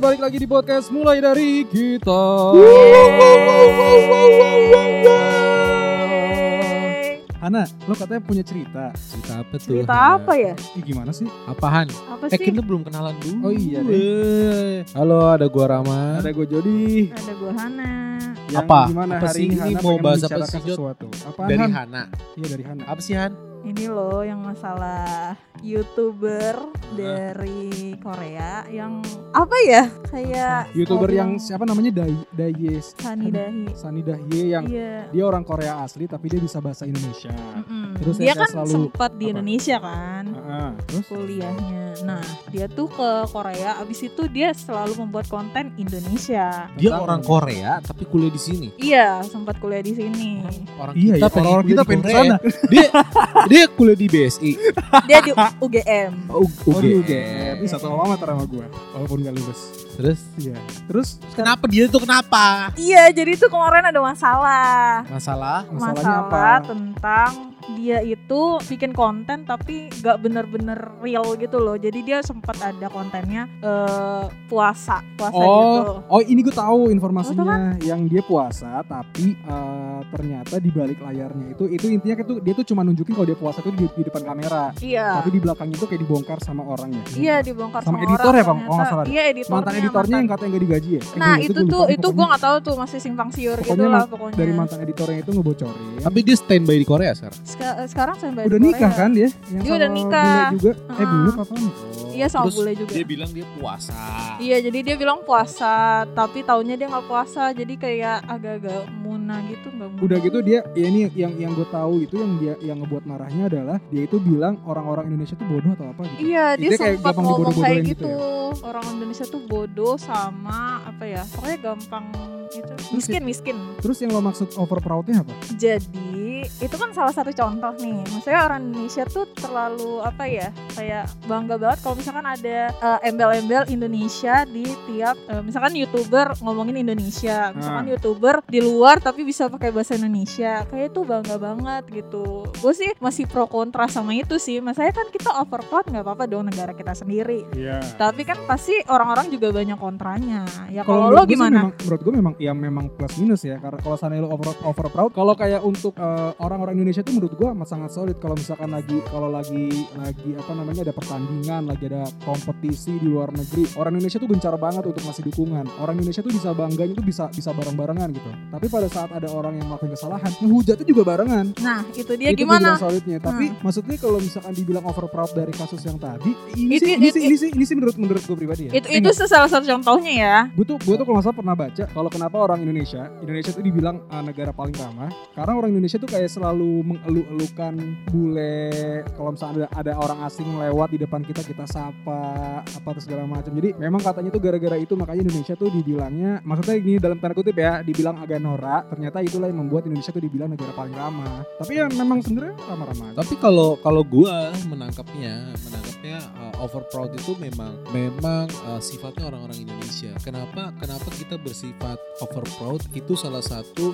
balik lagi di podcast mulai dari kita. Hana, lo katanya punya cerita. Cerita apa tuh? Cerita apa ya? Gimana sih? Apaan? Apa sih? Kita belum kenalan dulu. Oh iya deh. Halo, ada gua Rama. Ada gue Jody. Ada gua Hana. Yang Apa? Gimana Apa hari sih ini ini Hana mau pengen bahas apa membicarakan sih, Jod? sesuatu. Apaan, Dari Han? Hana. Iya dari Hana. Apa sih, Han? Ini loh yang masalah YouTuber dari Korea yang apa ya? Kayak YouTuber mau yang bilang siapa namanya Daye Sunny Dahi. Sunny Daye yang Iya. dia orang Korea asli tapi dia bisa bahasa Indonesia. Terus Dia yang kan selalu sempat di apa? Indonesia kan Terus kuliahnya. Nah, dia tuh ke Korea, abis itu dia selalu membuat konten Indonesia. Dia Tahu. orang Korea tapi kuliah di sini. Iya, sempat kuliah di sini. Orang Iya, kita ya, orang kita pengen kuliah di kesana. Korea. Dia kuliah di BSI. Dia di UGM. Oh, UGM. UGM. Ini satu alma mater sama gue, walaupun gak lulus. Terus Iya. Terus kenapa dia itu kenapa? Iya, jadi itu kemarin ada masalah. Masalah? masalahnya apa? Masalah tentang dia itu bikin konten tapi gak bener-bener real gitu loh. Jadi dia sempat ada kontennya puasa gitu. Oh ini gue tahu Lo tahu informasinya, yang dia puasa tapi ternyata di balik layarnya itu intinya dia tuh cuma nunjukin kalau dia puasa tuh di depan kamera, Iya. tapi di belakangnya itu kayak dibongkar sama orangnya. Iya, dibongkar Sama sama editor orang ya, Bang? Oh, nggak ternyata. salah deh. Iya, editornya. Mantan editornya yang katanya nggak digaji ya? Nah, Gue itu lupa nih, gue pokoknya- nggak tahu tuh, masih simpang siur gitu pokoknya lah pokoknya. dari mantan editornya itu ngebocorin. Tapi dia standby di Korea sekarang. Sekarang saya Udah nikah kan dia? Yang Dia sama udah nikah. bule juga. Heeh. Bule apa nih? Iya, sama Terus bule juga. Dia bilang dia puasa. Iya, jadi dia bilang puasa, tapi taunya dia nggak puasa, jadi kayak agak-agak muna gitu, nggak muna. Udah gitu dia, ya ini yang gue tahu itu yang ngebuat marahnya adalah dia itu bilang orang-orang Indonesia tuh bodoh atau apa gitu. Iya, dia Dia kayak sempat gampang ngomong dibodoh-bodohin kayak gitu gitu. ya? Orang Indonesia tuh bodoh sama apa ya? Pokoknya gampang gitu. Miskin. Terus yang lo maksud over proudnya apa? Jadi itu kan salah satu contoh nih. Maksudnya orang Indonesia tuh terlalu apa ya? Kayak bangga banget kalau misalkan ada embel-embel Indonesia di tiap misalkan YouTuber ngomongin Indonesia, misalkan YouTuber di luar tapi bisa pakai bahasa Indonesia. Kayak itu bangga banget gitu. Gue sih masih pro kontra sama itu sih. Maksudnya kan kita over proud nggak apa-apa dong, negara kita sendiri. Iya. Tapi kan pasti orang-orang juga banyak kontranya. Ya kalau lo gimana? Menurut gue memang plus minus ya. Karena kalau sana lo over proud, kalau kayak untuk orang-orang Indonesia tuh menurut gue sangat solid. Kalau misalkan lagi apa namanya ada pertandingan, lagi ada kompetisi di luar negeri, orang Indonesia tuh gencar banget untuk ngasih dukungan. Orang Indonesia tuh bisa bangganya tuh bisa bareng-barengan gitu. Tapi pada saat ada orang yang melakukan kesalahan, ngehujatnya juga barengan. Nah, itu dia Itu gimana? dibilang solidnya. Tapi maksudnya kalau misalkan dibilang over proud dari kasus yang tadi, ini sih menurut gue pribadi ya. Itu salah satu contohnya ya. Gue tuh kalau nggak salah pernah baca kalau kenapa orang Indonesia tuh dibilang negara paling ramah karena orang Indonesia tuh kayak selalu mengeluh-elukan bule. Kalau misalnya ada orang asing lewat di depan kita sapa apa tuh segala macam. Jadi memang katanya tuh gara-gara itu makanya Indonesia tuh dibilangnya, maksudnya ini dalam tanda kutip ya, dibilang agak norak. Ternyata itulah yang membuat Indonesia tuh dibilang negara paling ramah. Tapi ya memang sebenarnya ramah-ramah. Tapi kalau gua menangkapnya over proud itu memang sifatnya orang-orang Indonesia. Kenapa kita bersifat over proud itu salah satu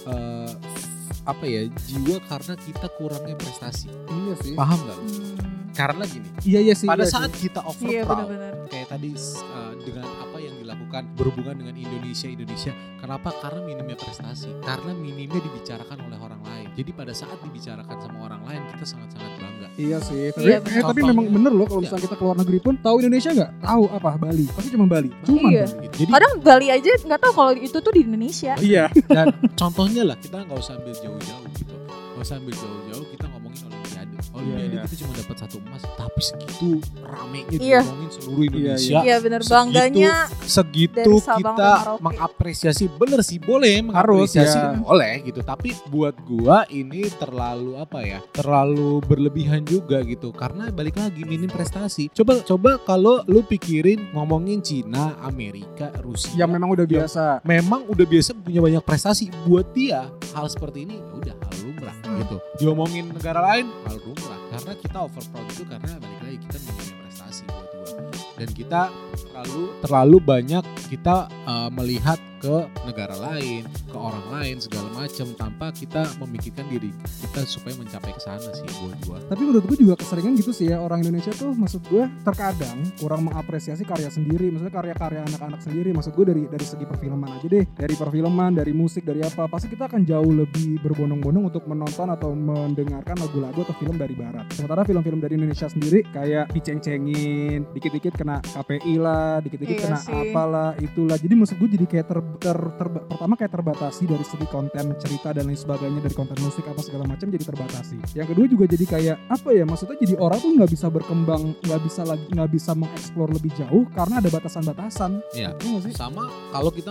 jiwa karena kita kurangnya prestasi. Iya sih. Paham nggak? Karena gini. Iya sih. Pada saat kita over proud, benar-benar. kayak tadi dengan apa yang dilakukan berhubungan dengan Indonesia. Kenapa? Karena minimnya prestasi. Karena minimnya dibicarakan oleh orang lain. Jadi pada saat dibicarakan sama orang lain kita sangat-sangat bangga. Iya sih. Iya, Tapi memang bener loh kalau misalnya kita keluar negeri pun tahu Indonesia nggak? Tahu apa Bali? Pasti cuma Bali. Cuman Iya. Bali. Jadi Kadang Bali aja nggak tahu kalau itu tuh di Indonesia. Iya. dan contohnya lah, kita nggak usah ambil jauh-jauh gitu. Nggak usah ambil jauh-jauh, kita ngomongin Olimpiade Iya. kita cuma dapat 1 emas, tapi segitu ramenya Iya. diomongin seluruh Indonesia. Iya, bener, bangganya segitu dari Sabang kita ke Merauke. mengapresiasi. Bener sih, boleh Harus, mengapresiasi, ya. boleh gitu. Tapi buat gua ini terlalu terlalu berlebihan juga gitu. Karena balik lagi minim prestasi. Coba kalau lu pikirin ngomongin Cina, Amerika, Rusia, Yang memang udah biasa. memang udah biasa punya banyak prestasi. Buat dia hal seperti ini udah hal lumrah gitu. Diomongin negara lain hal lumrah. Karena kita over proud itu karena balik lagi kita minimnya prestasi buat gua. Dan kita terlalu banyak kita melihat ke negara lain, ke orang lain segala macam tanpa kita memikirkan diri kita supaya mencapai ke sana sih buat gua. Tapi menurut gue juga keseringan gitu sih ya, orang Indonesia tuh maksud gue terkadang kurang mengapresiasi karya sendiri, maksudnya karya-karya anak-anak sendiri. Maksud gue dari segi perfilman aja deh, dari perfilman, dari musik, dari apa, pasti kita akan jauh lebih berbondong-bondong untuk menonton atau mendengarkan lagu-lagu atau film dari barat. Sementara film-film dari Indonesia sendiri kayak diceng-cengin, dikit-dikit kena KPI lah, dikit-dikit kena sih. apalah, itulah. Jadi maksud gue jadi kayak pertama kayak terbatasi dari segi konten cerita dan lain sebagainya, dari konten musik apa segala macam jadi terbatasi. Yang kedua juga jadi kayak apa ya, maksudnya jadi orang tuh nggak bisa berkembang, nggak bisa mengeksplor lebih jauh karena ada batasan-batasan. Iya. Iya nggak sih? Sama kalau kita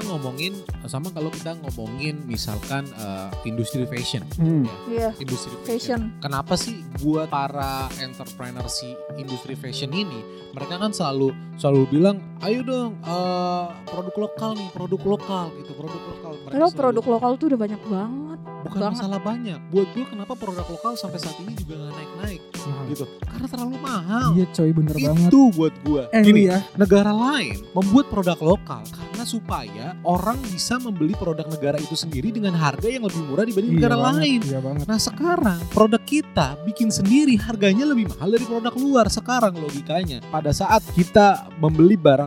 ngomongin misalkan industri fashion. Iya. Industri Fashion. Kenapa sih buat para entrepreneur si industri fashion ini, mereka kan selalu bilang, ayo dong produk lokal gitu, produk lokal. Padahal produk lokal tuh udah banyak banget. Bukan masalah banyak. Buat gue kenapa produk lokal sampai saat ini juga gak naik-naik gitu. Karena terlalu mahal. Iya coy, bener banget. Itu buat gue. Ini ya, Negara lain membuat produk lokal karena supaya orang bisa membeli produk negara itu sendiri dengan harga yang lebih murah dibanding negara lain. Iya banget. Nah sekarang produk kita bikin sendiri harganya lebih mahal dari produk luar. Sekarang logikanya pada saat kita membeli barang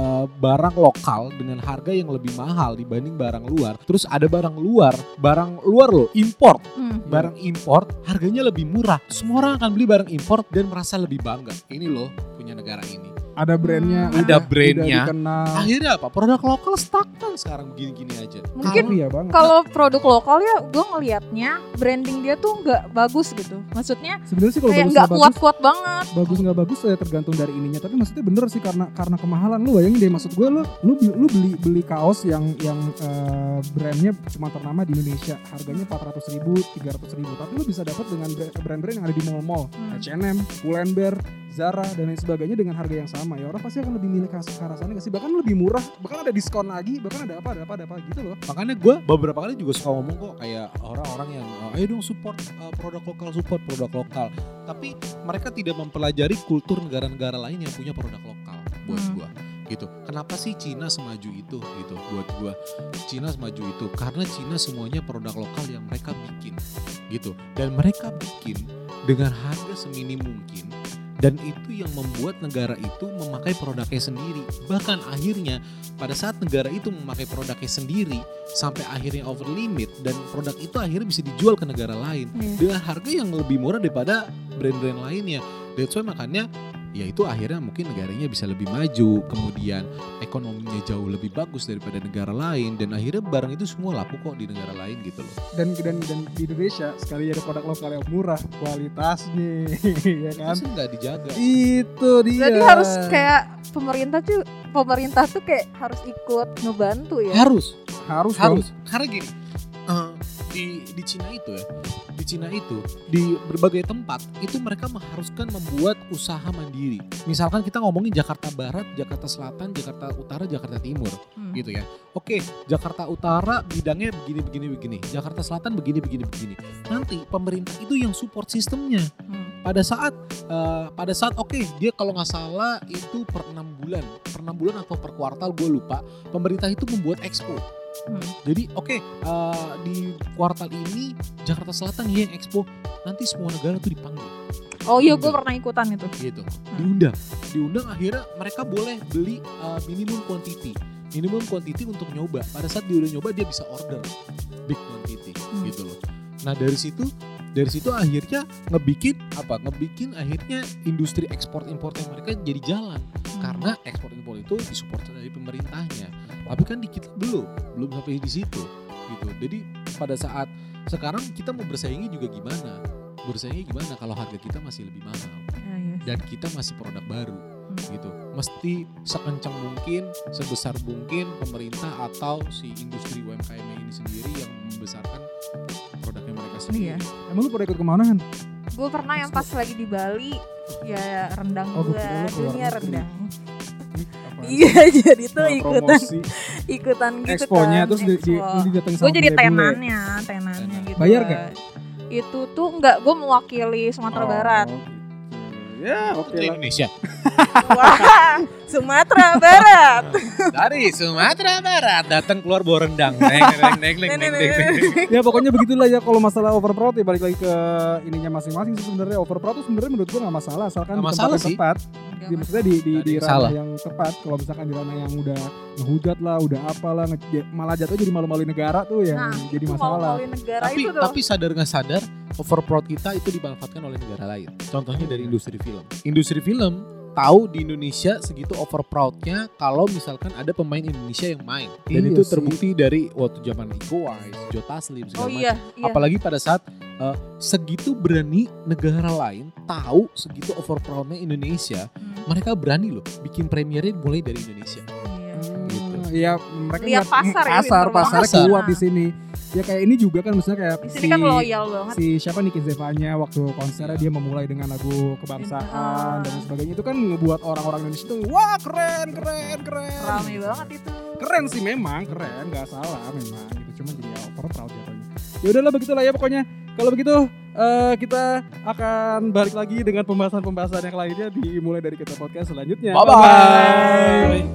lokal dengan harga yang lebih mahal dibanding barang luar, terus ada barang luar loh, import. Barang import harganya lebih murah. Semua orang akan beli barang import dan merasa lebih bangga. Ini loh punya negara ini. Ada brandnya, Ada udah brandnya. dikenal. Akhirnya apa? Produk lokal stagnan sekarang begini-gini aja. Mungkin Iya banget. kalau produk lokal ya gue ngelihatnya branding dia tuh nggak bagus gitu. Maksudnya Sebenarnya sih kalau kayak bagus nggak nggak bagus, kuat-kuat banget. bagus nggak bagus ya tergantung dari ininya. Tapi maksudnya bener sih karena kemahalan. Lu bayangin deh, maksud gue lu beli kaos yang brandnya cuma ternama di Indonesia, harganya 400.000, 300.000, tapi lu bisa dapat dengan brand-brand yang ada di mall-mall, H&M, Pull&Bear, Zara dan lain sebagainya dengan harga yang sama. Ya orang pasti akan lebih milih ke arah sana nggak sih? Bahkan lebih murah, bahkan ada diskon lagi, bahkan ada apa gitu loh. Makanya gue beberapa kali juga suka ngomong kok kayak orang-orang yang ayo dong support produk lokal. Tapi mereka tidak mempelajari kultur negara-negara lain yang punya produk lokal buat gue gitu. Kenapa sih Cina semaju itu gitu buat gue? Cina semaju itu karena Cina semuanya produk lokal yang mereka bikin gitu. Dan mereka bikin dengan harga seminim mungkin. Dan itu yang membuat negara itu memakai produknya sendiri. Bahkan akhirnya pada saat negara itu memakai produknya sendiri sampai akhirnya over limit dan produk itu akhirnya bisa dijual ke negara lain dengan harga yang lebih murah daripada brand-brand lainnya. That's why makanya ya itu akhirnya mungkin negaranya bisa lebih maju, kemudian ekonominya jauh lebih bagus daripada negara lain dan akhirnya barang itu semua laku kok di negara lain gitu loh. Dan di Indonesia sekali ada produk lokal yang murah kualitasnya ya kan, Itu nggak dijaga. itu dia. Berarti harus kayak pemerintah tuh kayak harus ikut ngebantu ya. Harus. dong. Karena gini, di Cina itu di berbagai tempat itu mereka mengharuskan membuat usaha mandiri. Misalkan kita ngomongin Jakarta Barat, Jakarta Selatan, Jakarta Utara, Jakarta Timur gitu ya. Oke, Jakarta Utara bidangnya begini. Jakarta Selatan begini. Nanti pemerintah itu yang support sistemnya. Pada saat oke, dia kalau nggak salah itu per 6 bulan atau per kuartal gue lupa, pemerintah itu membuat expo. Jadi di kuartal ini Jakarta Selatan yang expo, nanti semua negara tuh dipanggil. Oh iya, gue pernah ikutan itu. Gitu. Diundang akhirnya mereka boleh beli minimum quantity untuk nyoba. Pada saat dia udah nyoba dia bisa order big quantity gitu loh. Nah dari situ akhirnya ngebikin akhirnya industri ekspor impornya mereka jadi jalan karena ekspor impor itu disupport dari pemerintahnya. Tapi kan di kita belum sampai di situ gitu. Jadi pada saat sekarang kita mau bersaingnya juga gimana? Bersaingnya gimana kalau harga kita masih lebih mahal dan kita masih produk baru gitu. Mesti sekencang mungkin, sebesar mungkin pemerintah atau si industri UMKM ini sendiri yang membesarkan produknya mereka sendiri. Iya. Emang lu pernah ikut kemana kan? Gue pernah yang pas lagi di Bali, ya rendang Oh, gua gue, kira lu keluar dunia negeri. rendang. Apaan? Iya, jadi tuh Promosi ikutan gitu exponya kan. terus didatengin Gue sama jadi bule-bule. tenannya gitu. Bayar kan. gak? Itu tuh enggak, gue mewakili Sumatera Barat. Gitu. Ya oke Di lah. Indonesia. Wah, Sumatera Barat. Dari Sumatera Barat datang keluar bawa rendang. Neng. Ya pokoknya begitulah ya kalau masalah overproud ya balik lagi ke ininya masing-masing sih sebenarnya. Overproud tuh sebenarnya menurut gua nggak masalah asalkan Nggak di tempat masalah yang sih. tepat. Ya, maksudnya di Nggak ada yang ranah salah. yang tepat. Kalau misalkan di ranah yang udah ngehujat lah, udah apalah, malah jatuh jadi malu-maluin negara tuh yang Nah, jadi itu masalah. malu-maluin negara Tapi itu tuh. tapi sadar nggak sadar overproud kita itu dimanfaatkan oleh negara lain. Contohnya dari industri film. Industri film tahu di Indonesia segitu overproudnya kalau misalkan ada pemain Indonesia yang main. Dan Iya itu sih. terbukti dari waktu zaman Iko Uwais, Joe Taslim segala Oh macam. iya. Apalagi pada saat segitu berani negara lain tahu segitu overproudnya Indonesia, mereka berani loh bikin premiernya mulai dari Indonesia. Gitu. Iya, mereka Lihat ngeliat pasar ya, pinter pasarnya banget. kuat di sini. Ya kayak ini juga kan misalnya kayak Di sini kan loyal banget. si siapa Nicky Zevanya waktu konsernya dia memulai dengan lagu kebangsaan dan sebagainya itu kan ngebuat orang-orang Indonesia tuh wah keren. Rame banget itu. Keren sih memang, keren, nggak salah memang. Itu cuma jadi overproud jatuhnya. Ya udahlah begitulah ya pokoknya. Kalau begitu kita akan balik lagi dengan pembahasan-pembahasan yang lainnya dimulai dari kita podcast selanjutnya. Bye bye.